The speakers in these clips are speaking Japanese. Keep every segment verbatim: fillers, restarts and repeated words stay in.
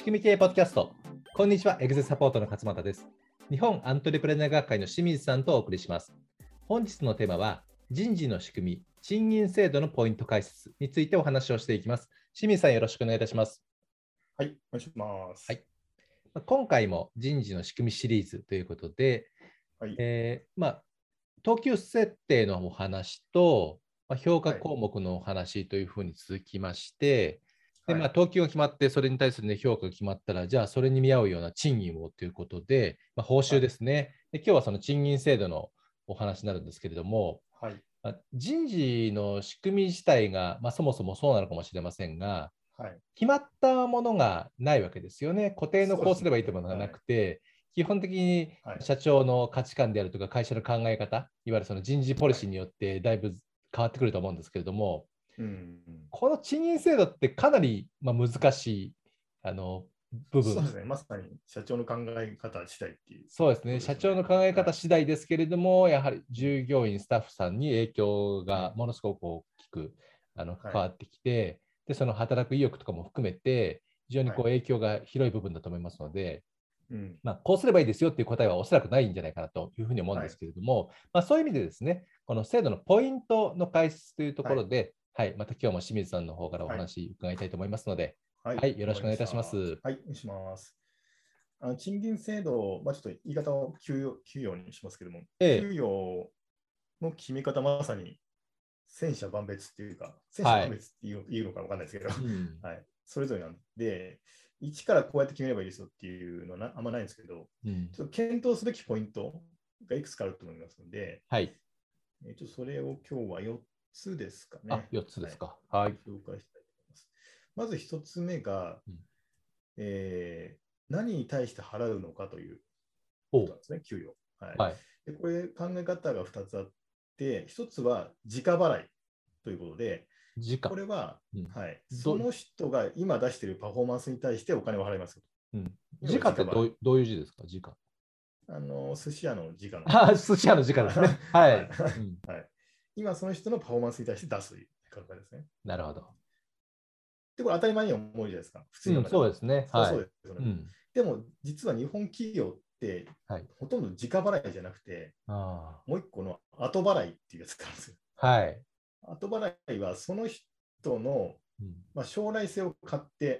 組み系ポッドキャスト。こんにちは、エグゼサポートの勝俣です。日本アントレプレナー学会の清水さんとお送りします。本日のテーマは、人事の仕組み、賃金制度のポイント解説についてお話をしていきます。清水さん、よろしくお願いいたします。 はい、お願いします。 はい、今回も人事の仕組みシリーズということで、 はいえーまあ、等級設定のお話と、まあ、評価はい項目のお話というふうに続きまして、ではいまあ、等級が決まって、それに対する、ね、評価が決まったら、じゃあそれに見合うような賃金をということで、まあ、報酬ですね、で。今日はその賃金制度のお話になるんですけれども、 はいまあ、人事の仕組み自体が、まあ、そもそもそうなのかもしれませんが、 はい、 決まったものがないわけですよね。固定のこうすればいいというものがなくて、 はい基本的にはい社長の価値観であるとか会社の考え方、いわゆるその人事ポリシーによってだいぶ変わってくると思うんですけれども、 うんうん、 この賃金制度ってかなりまあ難しいあの部分。 そうですね、まさに社長の考え方次第っていうそうですね、 ことですね。 社長の考え方はい次第ですけれども、やはり従業員、スタッフさんに影響がものすごく大きくあのはい変わってきて、でその働く意欲とかも含めて、非常にこう影響が広い部分だと思いますので、 うんまあ、こうすればいいですよっていう答えはおそらくないんじゃないかなというふうに思うんはいですけれども、まあ、そういう意味でですね、この制度のポイントの解説というところで、はい、また今日も清水さんの方からおはい話伺いたいと思いますので、 はいはい、よろしくお願いいたわかりました。 します。 はい、お願いします。あの賃金制度、まあ、ちょっと言い方を給与給与にしますけども、 ええ、 給与の決め方、まさに千差万別っていうか、千差はい、 万別っていういうのか分かんないですけど、 うん、 はい、それぞれなんで、一からこうやって決めればいいですよっていうのはなあんまないんですけど、 うん、 ちょっと検討すべきポイントがいくつかあると思いますので、 はい、 えーちょっとそれを今日はよっつですかあ、 ね。 よっつではい、 すか。はい。 紹介したいと思います。まずひとつめが、 うん、 えー何に対して払うのかというおことなんですね、給与。はい、 はい、 でこれ考え方がふたつあって、ひとつは時価払いということで、 時価。 これは、 うん、 はい、そどの人が今出しているパフォーマンスに対してお金を払いますよ。 うん、 要時価っては時価払い。 どうどういう字ですか、時価。 あの、寿司屋の時価の。 あ、寿司屋の時価ですね。ははいい。うん、 はい、今、その人のパフォーマンスに対して出す価格ですね。 なるほど。 で、これ当たり前に思うじゃないですか。普通にうん、 考えたら。 そうですね。 そりゃはい。 そうですよね。 うん、 でも、実は日本企業ってはい。 ほとんど時価払いじゃなくて、 あもう一個の後払いっていうやつがあるんですよ。 あ、はい。 後払いはその人の、 うん、 まあ、将来性を買って、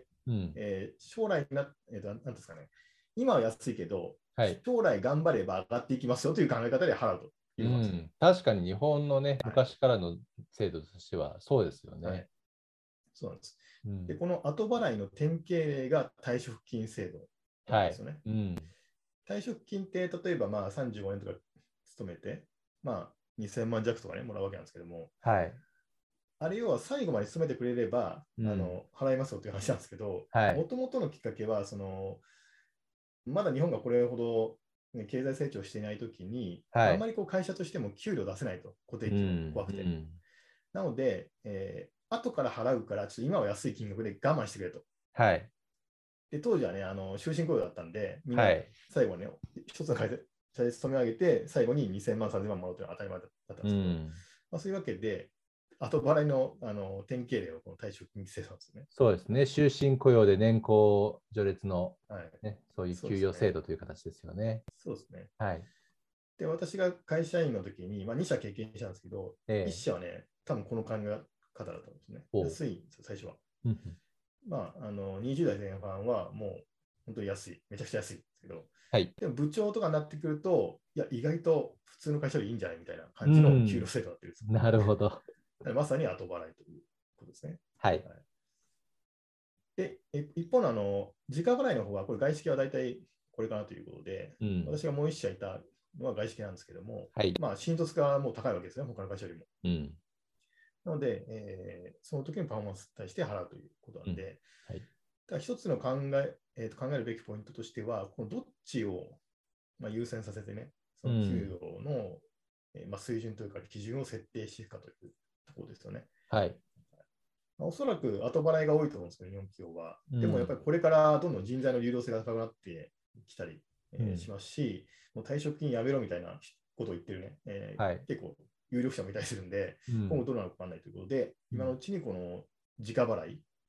うん、 えー将来な、えーと、なんですかね、今は安いけど、 はい。 将来頑張れば上がっていきますよという考え方で払うということなんですよ。 うん、確かに日本のね、 はい。 昔からの制度としてはそうですよね。 はい。そうなんです。で、 うん、 この後払いの典型例が退職金制度なんはい。 ですよね。 うん、 退職金って例えばまあさんじゅうごねんとか勤めて、まあにせんまん弱とかね、もらうわけなんですけども、 はい。 あれ要は最後まで勤めてくれれば、 うん、 あの払いますよという話なんですけど、 はい。 もともとのきっかけは、そのまだ日本がこれほど、ね、経済成長していないときに、 はい。 あんまりこう会社としても給料出せないと、固定給をうん、 怖くて。 うん、 なので、えー、後から払うから、ちょっと今は安い金額で我慢してくれと。 はい。 で当時はね、あの終身雇用だったんで、みんなはい。 最後ね、一つの会社で勤め上げて、最後ににせんまん、さんぜんまんもらうというのは当たり前だったんでうすけど、 ん、 まあ、そういうわけで、後払いのあの典型例はこの退職金制度なんですね。 そうですね。終身雇用で年功序列の、 はい。 ね、そういうそうですね。 給与制度という形ですよね。 そうですね。 はい。 で、私が会社員の時に、まあ、に社経験したんですけど、いちええ。 社はね、多分この考え方だったんですね。 おう。 安いんですよ、最初は。 うんうん、 まあ、あのにじゅう代前半はもう本当に安い、めちゃくちゃ安いんですけど、 はい。 でも部長とかになってくると、いや、意外と普通の会社よりいいんじゃないみたいなう感じの給料ん。 制度になってるんですなるほど。 よ。まさに後払いということですね。 はい。 はい、で、一方のあの時価払いの方は、これ外資系は大体これかなということで、 うん。 私がもう一社いたのは外資系なんですけども、 はい。 まあ、新卒化はもう高いわけですね、他の会社よりも。 うん。 なので、えーその時のパフォーマンスに対して払うということなんで、 うん、はい。 だから一つの考え、えーと、考えるべきポイントとしては、このどっちを、まあ、優先させてね、その給与の、えーまあ、水準というか基準を設定していくかというところですよね。 はい。 まあ、おそらく後払いが多いと思うんですけど、日本企業は。 うん、 でもやっぱりこれからどんどん人材の流動性が高くなってきたり、えーうん、 しますし、もう退職金やめろみたいなことを言ってるね、えーはい。 結構有力者もいたりするんで、 うん、 今後どうなるかわからないということで、 うん、 今のうちにこの時価払い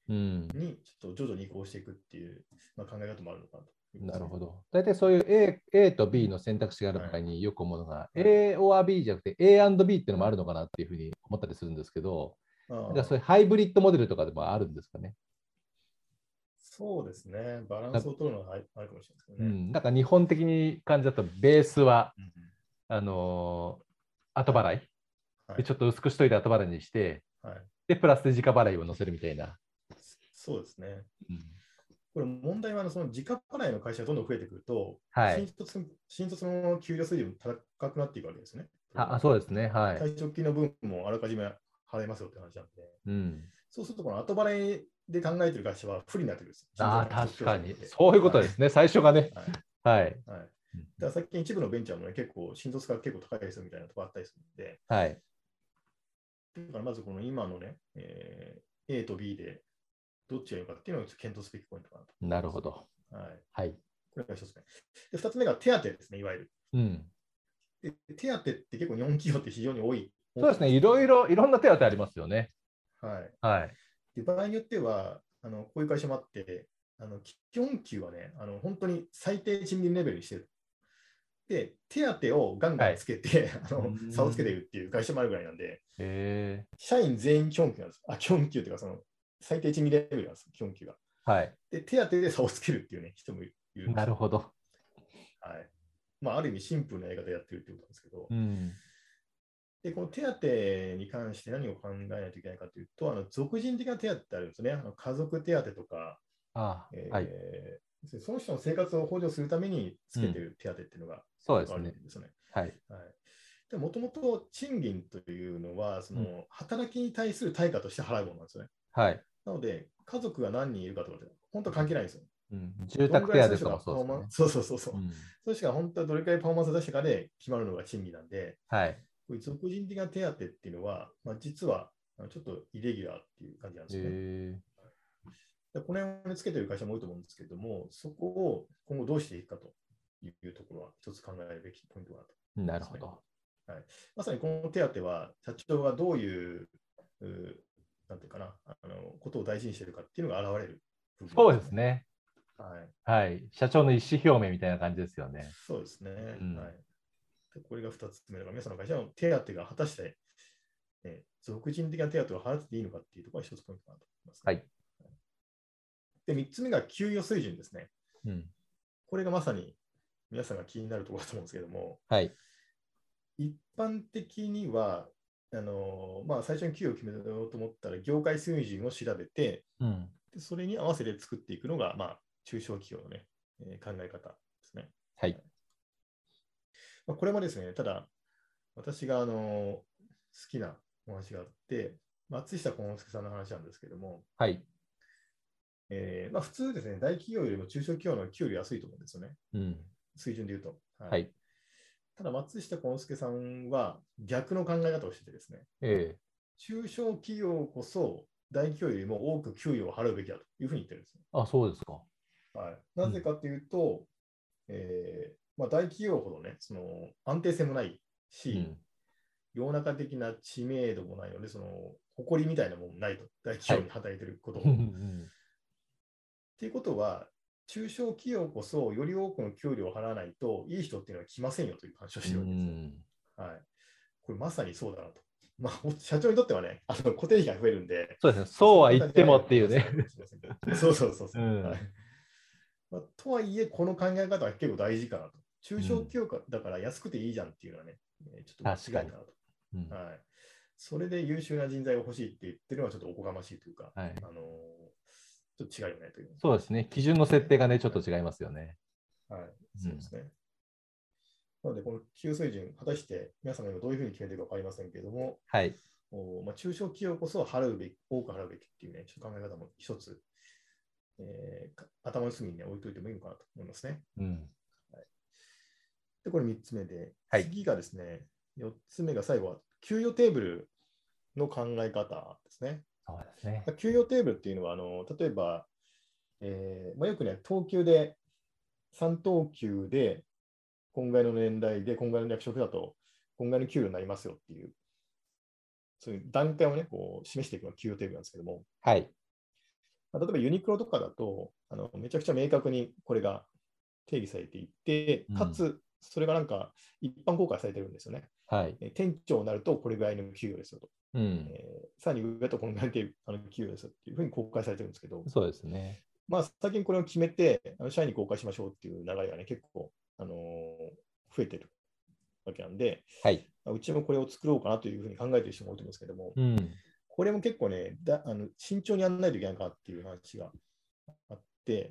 うんにちょっと徐々に移行していくっていう、まあ、考え方もあるのかなと。 なるほど。大体そういう A, A と B の選択肢がある場合によく思うのが、はい、A or B じゃなくて A and B っていうのもあるのかなっていうふうに思ったりするんですけど、なんかそういうハイブリッドモデルとかでもあるんですかね。 そうですね。バランスを取るのはあるかもしれないですけどね。 うん、なんか日本的に感じだと、ベースは、 うん、 あのー、後払い、 はい、 で、ちょっと薄くしといて後払いにして、 はい、 で、プラスで直払いを乗せるみたいな。 そうですね。 うん、 これ問題は、その直払いの会社がどんどん増えてくると、 はい、 新卒新卒の給料水準も高くなっていくわけですね。 あ、そうですね。はい。 退職金の分もあらかじめ払いますよって話なんで、 うん、 そうすると、この後払いで考えている会社は不利になってくるんです。 ああ、確かに。そういうことですね。はい、最初がね。はい。はい。 はい、だから最近一部のベンチャーも、ね、結構、新卒が結構高いですよみたいなところあったりするので、 はい。 だからまずこの今のね、えー、A と B でどっちがいいかっていうのを検討すべきポイントかなと。 なるほど。 はい。 はい。 これが一つ目。で、二つ目が手当ですね、いわゆる。 うん。 で手当って結構日本企業って非常に多い。 そうですね。いろいろ、いろんな手当ありますよね。 はい。 はい。 で場合によっては、あのこういう会社もあって、あの基本給はね、あの本当に最低賃金レベルにしてる。で、手当をガンガンつけて、はい、あの差をつけているっていう会社もあるぐらいなんで、 へ社員全員基本給なんです。あ、基本給っていうか、その最低賃金レベルなんです、基本給が。 はい。 で、手当で差をつけるっていう、ね、人もいるんです。 なるほど。 はい。まあ、ある意味シンプルなやり方でやってるってことなんですけど、 うん、 で、この手当に関して何を考えないといけないかというと、あの属人的な手当ってあるんですね。あの家族手当とか、 ああ、はい。 えー、その人の生活を補助するためにつけてる手当っていうのがあるんですよね。 はい。 でもともと賃金というのは、その働きに対する対価として払うものなんですよね。 はい。 なので、家族が何人いるかとかって、本当関係ないんですよ。 うん、住宅手当とかもそうですね。 そうそうそうそう。うん、それしか本当はどれくらいパフォーマンスを出したかで決まるのが賃金なんで、 はい。 こういう属人的な手当っていうのは、まあ、実はちょっとイレギュラーっていう感じなんですよね。えー、この辺をつけてる会社も多いと思うんですけれども、そこを今後どうしていくかというところは一つ考えるべきポイントだと、ね。 なるほど。 はい、まさにこの手当は、社長がどういう、うなんていうかな、あのことを大事にしているかっていうのが現れる部分ですね。 そうですね。 はい。 はい。社長の意思表明みたいな感じですよね。 そうですね。 うん、 はい。でこれがふたつめだから、皆さんの会社の手当が果たして、ね、属人的な手当を払っていいのかっていうところが一つポイントかなと思います、ね。はい。で、みっつめが給与水準ですね。うん、これがまさに皆さんが気になるところだと思うんですけども、はい、一般的には、あのまあ、最初に給与を決めようと思ったら、業界水準を調べて、うん、でそれに合わせて作っていくのが、まあ、中小企業の、ねえー、考え方ですね。はい。まあ、これもですね、ただ、私が、あの好きなお話があって、松下幸之助さんの話なんですけども、はい。えーまあ、普通ですね、大企業よりも中小企業の給料安いと思うんですよね。うん、水準で言うと。はい。はい、ただ、松下幸之助さんは逆の考え方をしててですね、えー、中小企業こそ大企業よりも多く給与を払うべきだというふうに言ってるんですね。 あ、そうですか。 はい、なぜかというと、うん、えーまあ、大企業ほどね、その安定性もないし、うん、世の中的な知名度もないので、その誇りみたいなものもないと、大企業に働いていることを。はい、っていうことは、中小企業こそより多くの給料を払わないといい人っていうのは来ませんよという話をしてるわけですよ。はい、これまさにそうだなと。まあ、社長にとってはね、あの固定費が増えるんで、 そうですね、そうは言ってもっていうね。 そうそうそうそう。うん、はい、まあ、とはいえ、この考え方は結構大事かなと。中小企業だから安くていいじゃんっていうのはね、うん、ちょっと間違いかなと。うん、はい。それで優秀な人材が欲しいって言ってるのはちょっとおこがましいというか、はい、あのー、ちょっと違いよねという。 そうですね。基準の設定がね、ちょっと違いますよね。 はい。はい、そうですね。うん、なので、この給与水準、果たして皆さんが今どういうふうに決めているか分かりませんけれども、はい。おまあ、中小企業こそ払うべき、多く払うべきっていうね、ちょっと考え方も一つ、えー、頭の隅に、ね、置いといてもいいのかなと思いますね。うん、はい、で、これみっつめで、はい、次がですね、よっつめが最後は、給与テーブルの考え方ですね。 そうですね。 給与テーブルっていうのは、あの例えば、えーまあ、よくね、等級で、さん等級で、今回の年代で、今回の役職だと、今回の給与になりますよっていう、そういう段階をね、こう示していくのが給与テーブルなんですけども、はい。 まあ、例えばユニクロとかだとあの、めちゃくちゃ明確にこれが定義されていて、かつ、それがなんか一般公開されてるんですよね。 はい、 え店長になるとこれぐらいの給与ですよと。 うんえーさらに上だとこのぐらいのあの給与ですよっていうふうに公開されてるんですけど、 そうですね。 まあ、最近これを決めて、あの社員に公開しましょうっていう流れがね、結構、あのー増えてるわけなんで、 はい。 うちもこれを作ろうかなというふうに考えている人も多いと思うんですけども、 うん、 これも結構ね、だあの慎重にやらないといけないかなっていう話があって、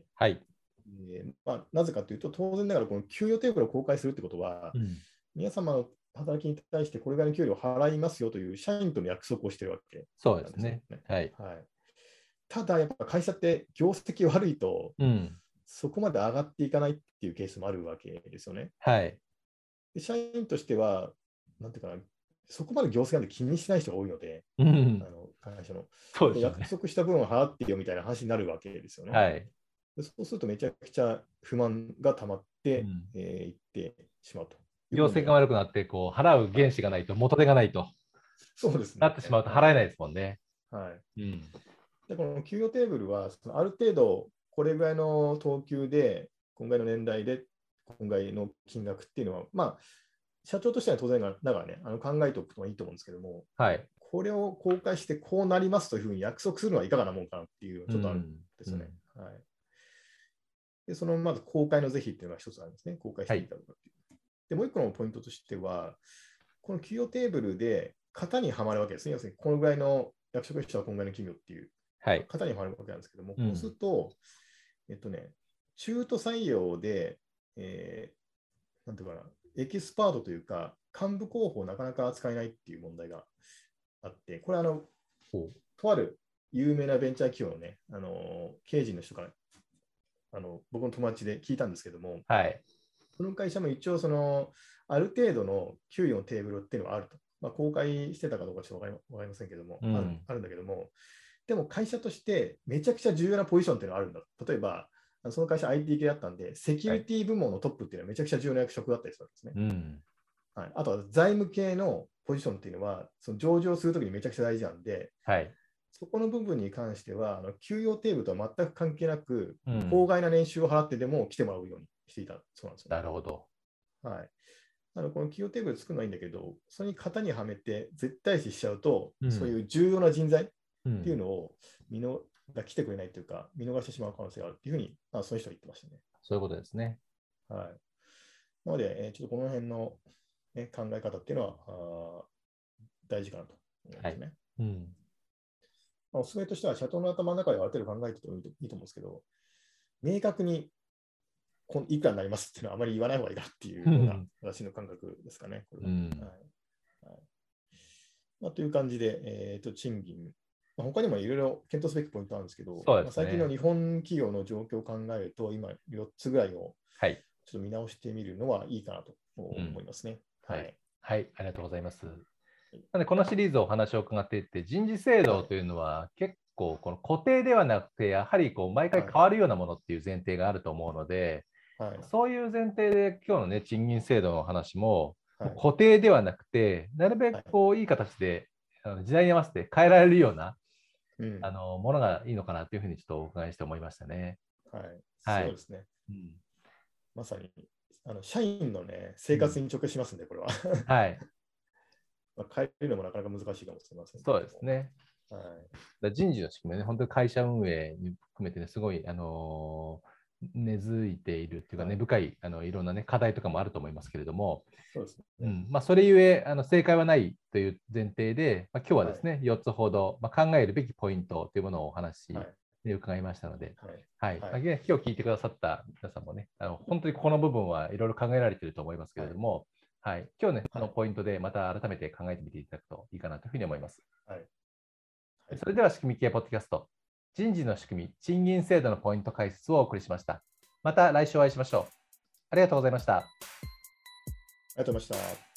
はい。 えーまあ、なぜかというと、当然ながらこの給与テーブルを公開するってことは、 うん、 皆様の働きに対してこれぐらいの給料を払いますよという社員との約束をしているわけそうなんですよですね。 ね。 はい。 はい、ただ、やっぱ会社って業績悪いと、 うん、 そこまで上がっていかないっていうケースもあるわけですよね。 はい。 で社員としては、なんていうかな、そこまで業績なんて気にしない人が多いので、 うん、 あの会社の。 そうでしょうね。 約束した分を払ってよみたいな話になるわけですよね。 はい。 でそうするとめちゃくちゃ不満が溜まって、 うん、 えーいってしまうという業績が問題が。 悪くなって、こう、払う原資がないと、元手がないとそうですね。 なってしまうとはい。 払えないですもんね。 はい、 うん。 でこの給与テーブルは、そのある程度、これぐらいの等級で、今回の年代で、今回の金額っていうのは、まあ、社長としては当然ながらね、あの考えておくのはいいと思うんですけども、 はい。 これを公開してこうなりますというふうに約束するのはいかがなもんかなっていうのがうちょっとあるんん。 ですよね。 うん。 はい、で、そのまず公開の是非っていうのが一つあるんですね。公開していいかどうかっていう。で、もう一個のポイントとしては、この給与テーブルで型にはまるわけですね。要するに、このぐらいの役職者はこのぐらいの給与っていうはい。 型にはまるわけなんですけども、 うん。 こうすると、えっとね、中途採用で、えー、なんていうかな、エキスパートというか、幹部候補をなかなか扱えないっていう問題があって、これはあの、とある有名なベンチャー企業のね、あの経営陣の人からあの僕の友達で聞いたんですけども、 はい。 この会社も一応その、ある程度の給与のテーブルっていうのがあると。まあ、公開してたかどうかちょっと分かり、かりませんけども、 うん、 ある、あるんだけども、でも会社としてめちゃくちゃ重要なポジションっていうのがあるんだ。例えば、その会社 アイティー 系だったんで、セキュリティ部門のトップっていうのはめちゃくちゃ重要な役職だったりするんですね。 うん、 はい、あとは財務系のポジションっていうのは、その上場するときにめちゃくちゃ大事なんで、 はい。 そこの部分に関しては、あの給与テーブルとは全く関係なく、 うん、 法外な年収を払ってでも来てもらうようにしていたそうなんですよね。 なるほど。 はい。あのこの給与テーブル作るのはいいんだけど、それに型にはめて絶対視しちゃうと、 うん、 そういう重要な人材っう、 ていうんのを見のが来てくれないというか、見逃してしまう可能性があるっていうふうに、まあ、その人は言ってましたね。 そういうことですね。 はい。なので、えーちょっとこの辺の、ね、考え方っていうのはあ大事かなと思いますね。 はい。うん、 まあ、おすすめとしては、社長の頭の中ではある程度考えててもいいといいと思うんですけど、明確にこんいくらになりますっていうのはあまり言わない方がいいかなっていうのが私の感覚ですかね。これは。 うん、 はいはい、まあ、という感じで、えー、と賃金、まあ、他にもいろいろ検討すべきポイントなんですけど、 そうですね。 まあ、最近の日本企業の状況を考えると、今よっつぐらいをはい。 ちょっと見直してみるのはいいかなと思いますね。 うん、はい、 はい。 はい。ありがとうございます。なので、このシリーズお話を伺っていって、人事制度というのは結構この固定ではなくて、やはりこう毎回変わるようなものっていう前提があると思うので、 はい、 そういう前提で今日のね、賃金制度の話も、 はい、 固定ではなくて、なるべくこういい形であの時代に合わせて変えられるような、 うん、 あのものがいいのかなというふうにちょっとお伺いして思いましたね。 はい。 はい。 そうですね。 うん、 まさにあの社員の、ね、生活に直結しますんで、これは。 うん、はい。 まあ変えるのもなかなか難しいかもしれませんけそうども。 ですね。 はい、 だ人事の仕組みはね、本当に会社運営に含めてね、すごい、あのー根付いているっていうか、根、ね、深いあのいろんな、ね、課題とかもあると思いますけれども、 そうですね。 うんまあ、それゆえあの正解はないという前提で、まあ、今日はですね、はい、よっつほど、まあ、考えるべきポイントというものをお話し、はい、伺いましたので、はいはいはい、今日聞いてくださった皆さんもね、あの本当にこの部分はいろいろ考えられていると思いますけれども、はいはい、今日ね、このポイントでまた改めて考えてみていただくといいかなというふうに思います。はいはい、それでは仕組み系ポッドキャスト、人事の仕組み、賃金制度のポイント解説をお送りしました。また来週お会いしましょう。ありがとうございました。ありがとうございました。